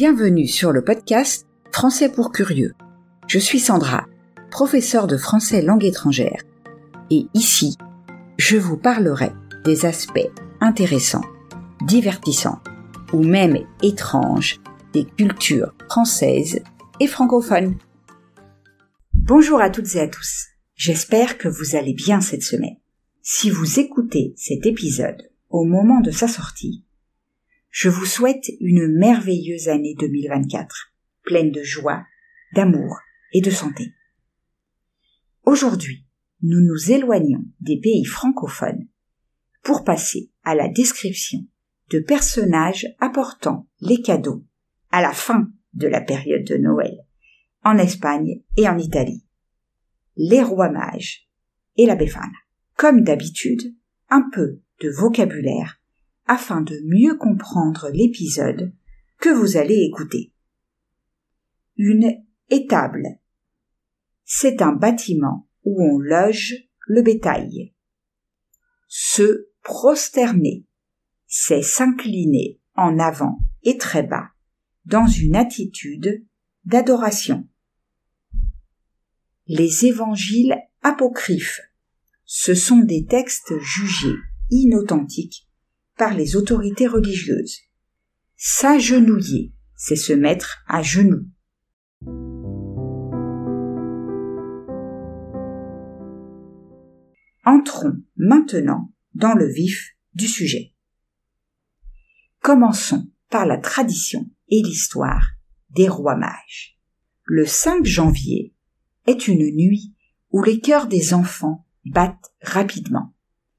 Bienvenue sur le podcast Français pour curieux. Je suis Sandra, professeure de français langue étrangère. Et ici, je vous parlerai des aspects intéressants, divertissants ou même étranges des cultures françaises et francophones. Bonjour à toutes et à tous. J'espère que vous allez bien cette semaine. Si vous écoutez cet épisode au moment de sa sortie, je vous souhaite une merveilleuse année 2024, pleine de joie, d'amour et de santé. Aujourd'hui, nous nous éloignons des pays francophones pour passer à la description de personnages apportant les cadeaux à la fin de la période de Noël, en Espagne et en Italie. Les rois mages et la Befana. Comme d'habitude, un peu de vocabulaire afin de mieux comprendre l'épisode que vous allez écouter. Une étable. C'est un bâtiment où on loge le bétail. Se prosterner, c'est s'incliner en avant et très bas dans une attitude d'adoration. Les évangiles apocryphes, ce sont des textes jugés inauthentiques par les autorités religieuses. S'agenouiller, c'est se mettre à genoux. Entrons maintenant dans le vif du sujet. Commençons par la tradition et l'histoire des rois mages. Le 5 janvier est une nuit où les cœurs des enfants battent rapidement.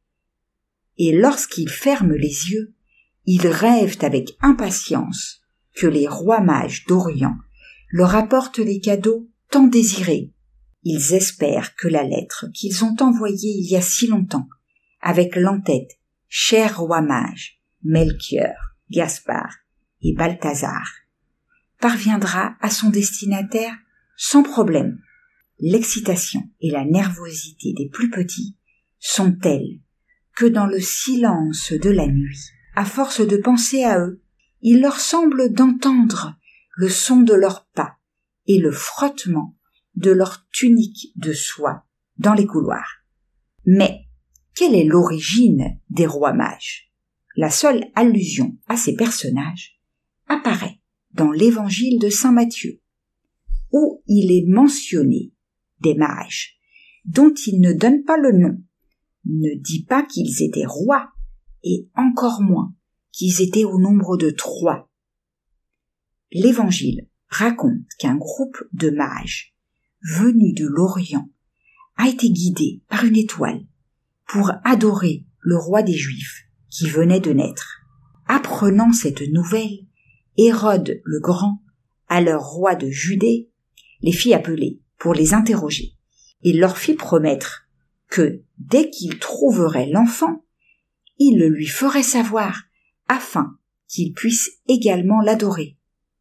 Et lorsqu'ils ferment les yeux, ils rêvent avec impatience que les rois mages d'Orient leur apportent les cadeaux tant désirés. Ils espèrent que la lettre qu'ils ont envoyée il y a si longtemps, avec l'en-tête « Chers rois mages, Melchior, Gaspard et Balthazar », parviendra à son destinataire sans problème. L'excitation et la nervosité des plus petits sont telles que dans le silence de la nuit, à force de penser à eux, il leur semble d'entendre le son de leurs pas et le frottement de leur tunique de soie dans les couloirs. Mais quelle est l'origine des rois mages ? La seule allusion à ces personnages apparaît dans l'évangile de saint Matthieu, où il est mentionné des mages, dont il ne donne pas le nom, ne dit pas qu'ils étaient rois, et encore moins qu'ils étaient au nombre de 3. L'Évangile raconte qu'un groupe de mages venus de l'Orient a été guidé par une étoile pour adorer le roi des Juifs qui venait de naître. Apprenant cette nouvelle, Hérode le Grand, alors roi de Judée, les fit appeler pour les interroger et leur fit promettre que dès qu'il trouverait l'enfant, il le lui ferait savoir afin qu'il puisse également l'adorer.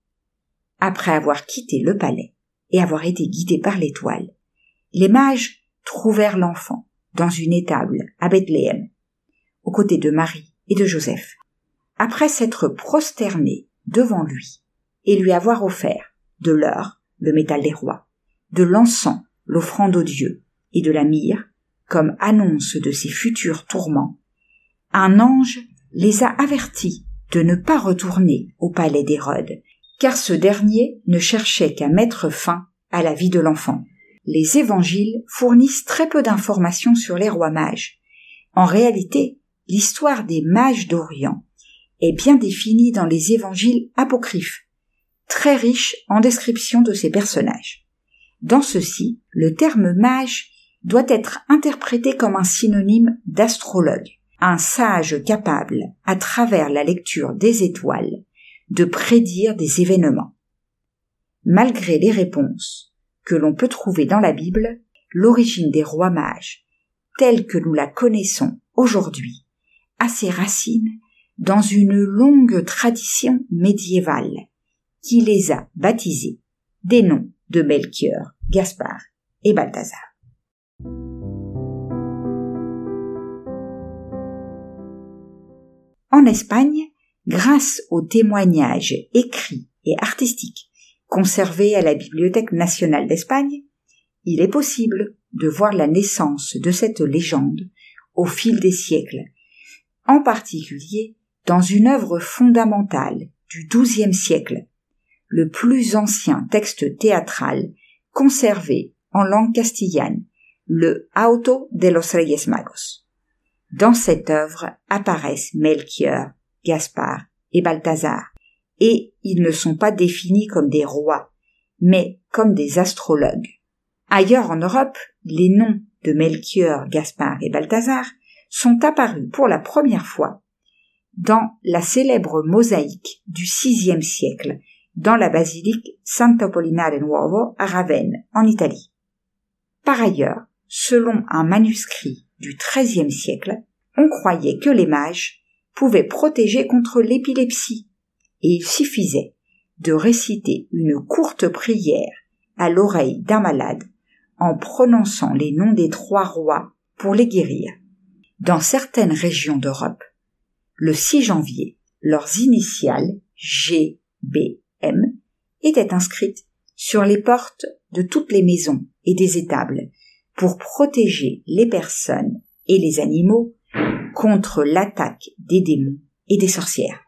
Après avoir quitté le palais et avoir été guidés par l'étoile, les mages trouvèrent l'enfant dans une étable à Bethléem, aux côtés de Marie et de Joseph. Après s'être prosternés devant lui et lui avoir offert de l'or, le métal des rois, de l'encens, l'offrande aux dieux, et de la myrrhe, comme annonce de ses futurs tourments, un ange les a avertis de ne pas retourner au palais d'Hérode, car ce dernier ne cherchait qu'à mettre fin à la vie de l'enfant. Les évangiles fournissent très peu d'informations sur les rois mages. En réalité, l'histoire des mages d'Orient est bien définie dans les évangiles apocryphes, très riches en descriptions de ces personnages. Dans ceux-ci, le terme mage doit être interprété comme un synonyme d'astrologue, un sage capable, à travers la lecture des étoiles, de prédire des événements. Malgré les réponses que l'on peut trouver dans la Bible, l'origine des rois mages, telle que nous la connaissons aujourd'hui, a ses racines dans une longue tradition médiévale qui les a baptisés des noms de Melchior, Gaspard et Balthazar. En Espagne, grâce aux témoignages écrits et artistique, conservé à la Bibliothèque nationale d'Espagne, il est possible de voir la naissance de cette légende au fil des siècles, en particulier dans une œuvre fondamentale du XIIe siècle, le plus ancien texte théâtral conservé en langue castillane, le Auto de los Reyes Magos. Dans cette œuvre apparaissent Melchior, Gaspard et Balthazar, et ils ne sont pas définis comme des rois, mais comme des astrologues. Ailleurs en Europe, les noms de Melchior, Gaspard et Balthazar sont apparus pour la première fois dans la célèbre mosaïque du VIe siècle, dans la basilique Sant'Apollinare Nuovo à Ravenne, en Italie. Par ailleurs, selon un manuscrit du XIIIe siècle, on croyait que les mages pouvaient protéger contre l'épilepsie, et il suffisait de réciter une courte prière à l'oreille d'un malade en prononçant les noms des 3 rois pour les guérir. Dans certaines régions d'Europe, le 6 janvier, leurs initiales GBM étaient inscrites sur les portes de toutes les maisons et des étables pour protéger les personnes et les animaux contre l'attaque des démons et des sorcières.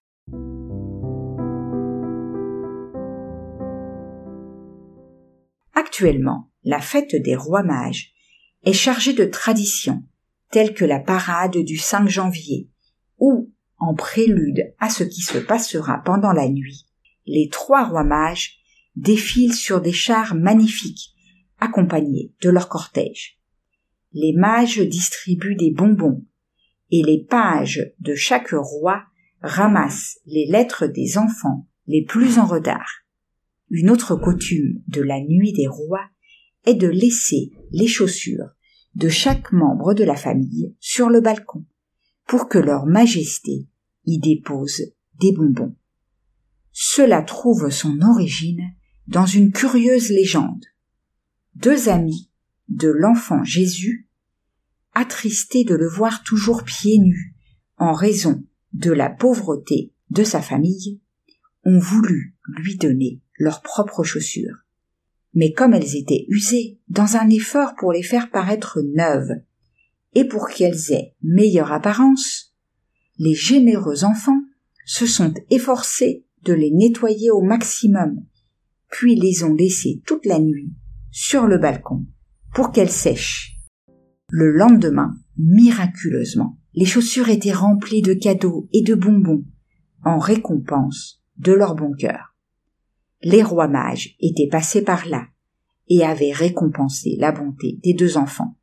Actuellement, la fête des rois mages est chargée de traditions telles que la parade du 5 janvier, où, en prélude à ce qui se passera pendant la nuit, les 3 rois mages défilent sur des chars magnifiques, accompagnés de leur cortège. Les mages distribuent des bonbons, et les pages de chaque roi ramassent les lettres des enfants les plus en retard. Une autre coutume de la nuit des rois est de laisser les chaussures de chaque membre de la famille sur le balcon pour que leur majesté y dépose des bonbons. Cela trouve son origine dans une curieuse légende. 2 amis de l'enfant Jésus, attristés de le voir toujours pieds nus en raison de la pauvreté de sa famille, ont voulu lui donner leurs propres chaussures. Mais comme elles étaient usées, dans un effort pour les faire paraître neuves, et pour qu'elles aient meilleure apparence, les généreux enfants se sont efforcés de les nettoyer au maximum, puis les ont laissées toute la nuit sur le balcon pour qu'elles sèchent. Le lendemain, miraculeusement, les chaussures étaient remplies de cadeaux et de bonbons, en récompense de leur bon cœur. Les rois mages étaient passés par là et avaient récompensé la bonté des 2 enfants.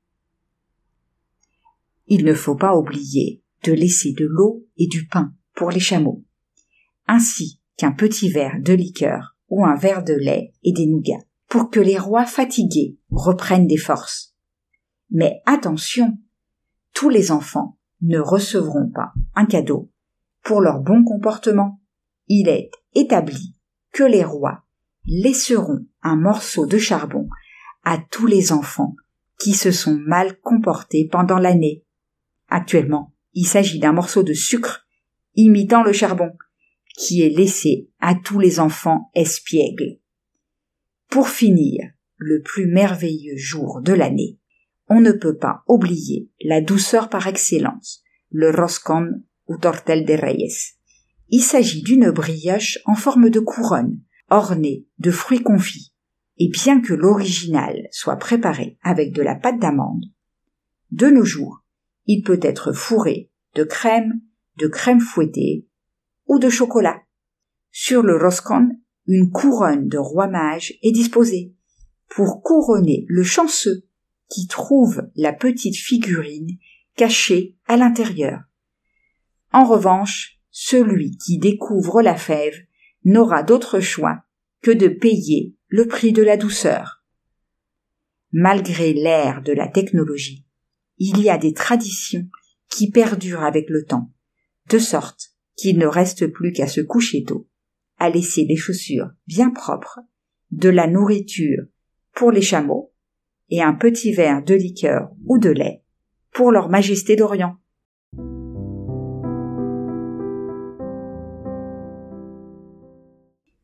Il ne faut pas oublier de laisser de l'eau et du pain pour les chameaux, ainsi qu'un petit verre de liqueur ou un verre de lait et des nougats, pour que les rois fatigués reprennent des forces. Mais attention, tous les enfants ne recevront pas un cadeau pour leur bon comportement. Il est établi que les rois laisseront un morceau de charbon à tous les enfants qui se sont mal comportés pendant l'année. Actuellement, il s'agit d'un morceau de sucre imitant le charbon qui est laissé à tous les enfants espiègles. Pour finir, le plus merveilleux jour de l'année, on ne peut pas oublier la douceur par excellence, le roscón ou tortel de Reyes. Il s'agit d'une brioche en forme de couronne, ornée de fruits confits, et bien que l'original soit préparé avec de la pâte d'amande, de nos jours, il peut être fourré de crème fouettée ou de chocolat. Sur le roscón, une couronne de roi mage est disposée pour couronner le chanceux qui trouve la petite figurine cachée à l'intérieur. En revanche, celui qui découvre la fève n'aura d'autre choix que de payer le prix de la douceur. Malgré l'ère de la technologie, il y a des traditions qui perdurent avec le temps, de sorte qu'il ne reste plus qu'à se coucher tôt, à laisser des chaussures bien propres, de la nourriture pour les chameaux et un petit verre de liqueur ou de lait pour leur majesté d'Orient.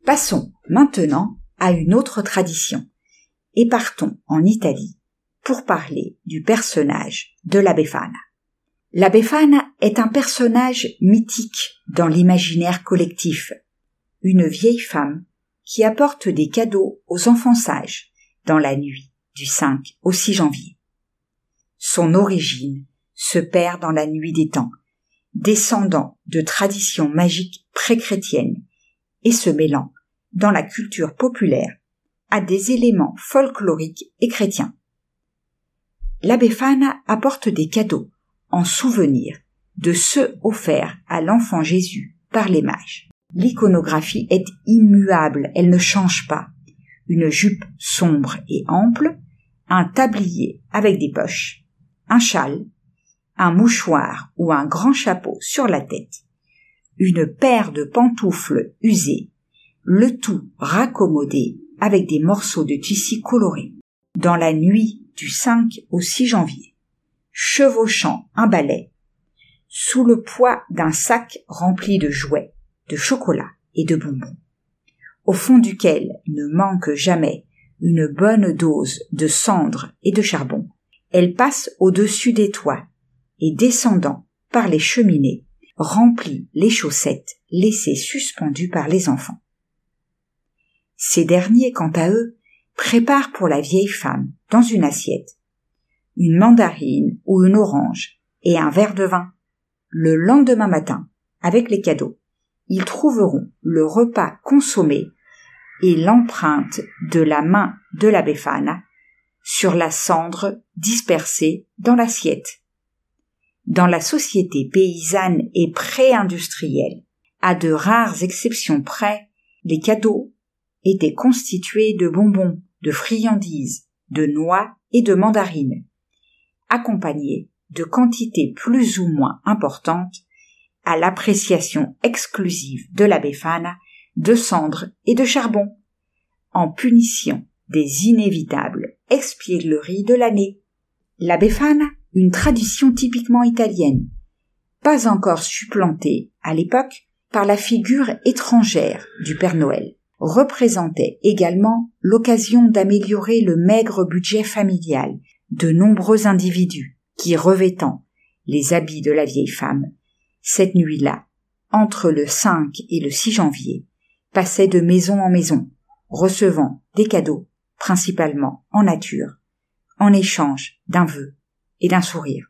Passons maintenant à une autre tradition et partons en Italie pour parler du personnage de la Befana. La Befana est un personnage mythique dans l'imaginaire collectif, une vieille femme qui apporte des cadeaux aux enfants sages dans la nuit du 5 au 6 janvier. Son origine se perd dans la nuit des temps, descendant de traditions magiques pré-chrétiennes et se mêlant dans la culture populaire à des éléments folkloriques et chrétiens. La Befana apporte des cadeaux en souvenir de ceux offerts à l'enfant Jésus par les mages. L'iconographie est immuable, elle ne change pas. Une jupe sombre et ample, un tablier avec des poches, un châle, un mouchoir ou un grand chapeau sur la tête, une paire de pantoufles usées, le tout raccommodé avec des morceaux de tissu colorés. Dans la nuit du 5 au 6 janvier, chevauchant un balai, sous le poids d'un sac rempli de jouets, de chocolat et de bonbons, au fond duquel ne manque jamais une bonne dose de cendre et de charbon. Elle passe au-dessus des toits et, descendant par les cheminées, remplit les chaussettes laissées suspendues par les enfants. Ces derniers, quant à eux, préparent pour la vieille femme, dans une assiette, une mandarine ou une orange et un verre de vin. Le lendemain matin, avec les cadeaux, ils trouveront le repas consommé et l'empreinte de la main de la Befana sur la cendre dispersée dans l'assiette. Dans la société paysanne et pré-industrielle, à de rares exceptions près, les cadeaux étaient constitués de bonbons, de friandises, de noix et de mandarines, accompagnés de quantités plus ou moins importantes à l'appréciation exclusive de la Befana de cendre et de charbon, en punition des inévitables espiègleries de l'année. La Befana, une tradition typiquement italienne, pas encore supplantée à l'époque par la figure étrangère du Père Noël, représentait également l'occasion d'améliorer le maigre budget familial de nombreux individus qui, revêtant les habits de la vieille femme, cette nuit-là, entre le 5 et le 6 janvier, passaient de maison en maison, recevant des cadeaux, principalement en nature, en échange d'un vœu et d'un sourire.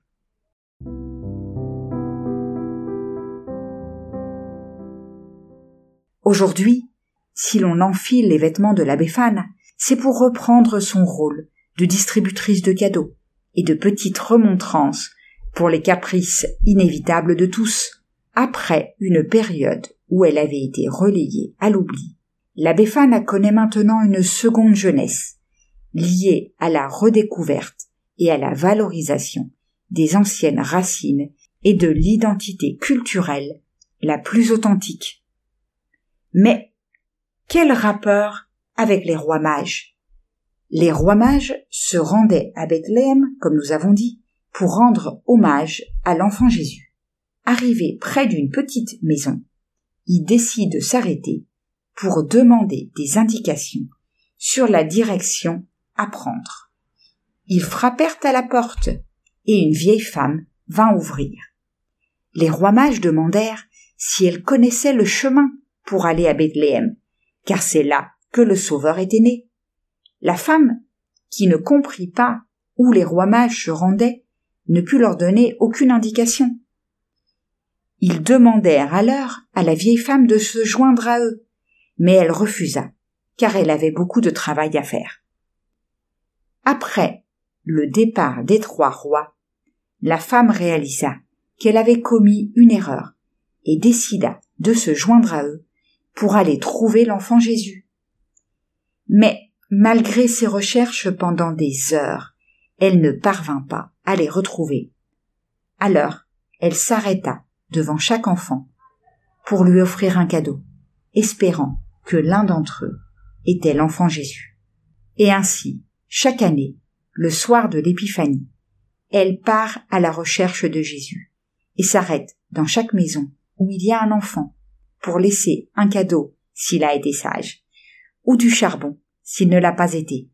Aujourd'hui, si l'on enfile les vêtements de la Befana, c'est pour reprendre son rôle de distributrice de cadeaux et de petite remontrance pour les caprices inévitables de tous. Après une période où elle avait été relayée à l'oubli, la Befana connaît maintenant une seconde jeunesse, liée à la redécouverte et à la valorisation des anciennes racines et de l'identité culturelle la plus authentique. Mais quel rapport avec les rois mages? Les rois mages se rendaient à Bethléem, comme nous avons dit, pour rendre hommage à l'enfant Jésus. Arrivés près d'une petite maison, ils décident de s'arrêter pour demander des indications sur la direction à prendre. Ils frappèrent à la porte et une vieille femme vint ouvrir. Les rois mages demandèrent si elle connaissait le chemin pour aller à Bethléem, car c'est là que le Sauveur était né. La femme, qui ne comprit pas où les rois mages se rendaient, ne put leur donner aucune indication. Ils demandèrent alors à la vieille femme de se joindre à eux, mais elle refusa, car elle avait beaucoup de travail à faire. Après le départ des 3 rois, la femme réalisa qu'elle avait commis une erreur et décida de se joindre à eux pour aller trouver l'enfant Jésus. Mais malgré ses recherches pendant des heures, elle ne parvint pas à les retrouver. Alors, elle s'arrêta devant chaque enfant pour lui offrir un cadeau, espérant que l'un d'entre eux était l'enfant Jésus. Et ainsi, chaque année, le soir de l'Épiphanie, elle part à la recherche de Jésus et s'arrête dans chaque maison où il y a un enfant pour laisser un cadeau s'il a été sage, ou du charbon, s'il ne l'a pas été.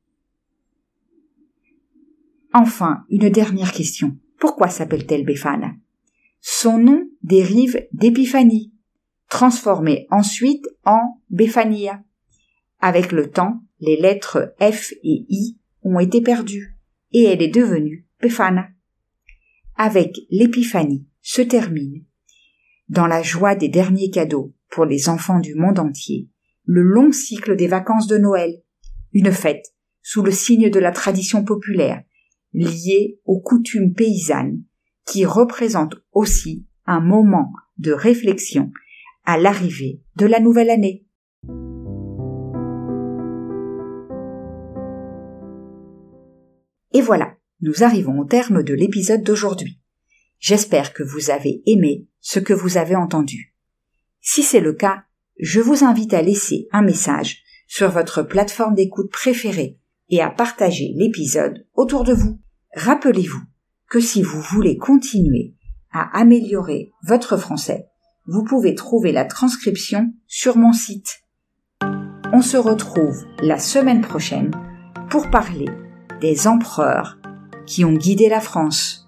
Enfin, une dernière question. Pourquoi s'appelle-t-elle Befana ? Son nom dérive d'Épiphanie, transformée ensuite en Befania. Avec le temps, les lettres F et I ont été perdues et elle est devenue Befana. Avec l'épiphanie se termine, dans la joie des derniers cadeaux pour les enfants du monde entier, le long cycle des vacances de Noël, une fête sous le signe de la tradition populaire, liée aux coutumes paysannes, qui représente aussi un moment de réflexion à l'arrivée de la nouvelle année. Et voilà, nous arrivons au terme de l'épisode d'aujourd'hui. J'espère que vous avez aimé ce que vous avez entendu. Si c'est le cas, je vous invite à laisser un message sur votre plateforme d'écoute préférée et à partager l'épisode autour de vous. Rappelez-vous que si vous voulez continuer à améliorer votre français, vous pouvez trouver la transcription sur mon site. On se retrouve la semaine prochaine pour parler des empereurs qui ont guidé la France.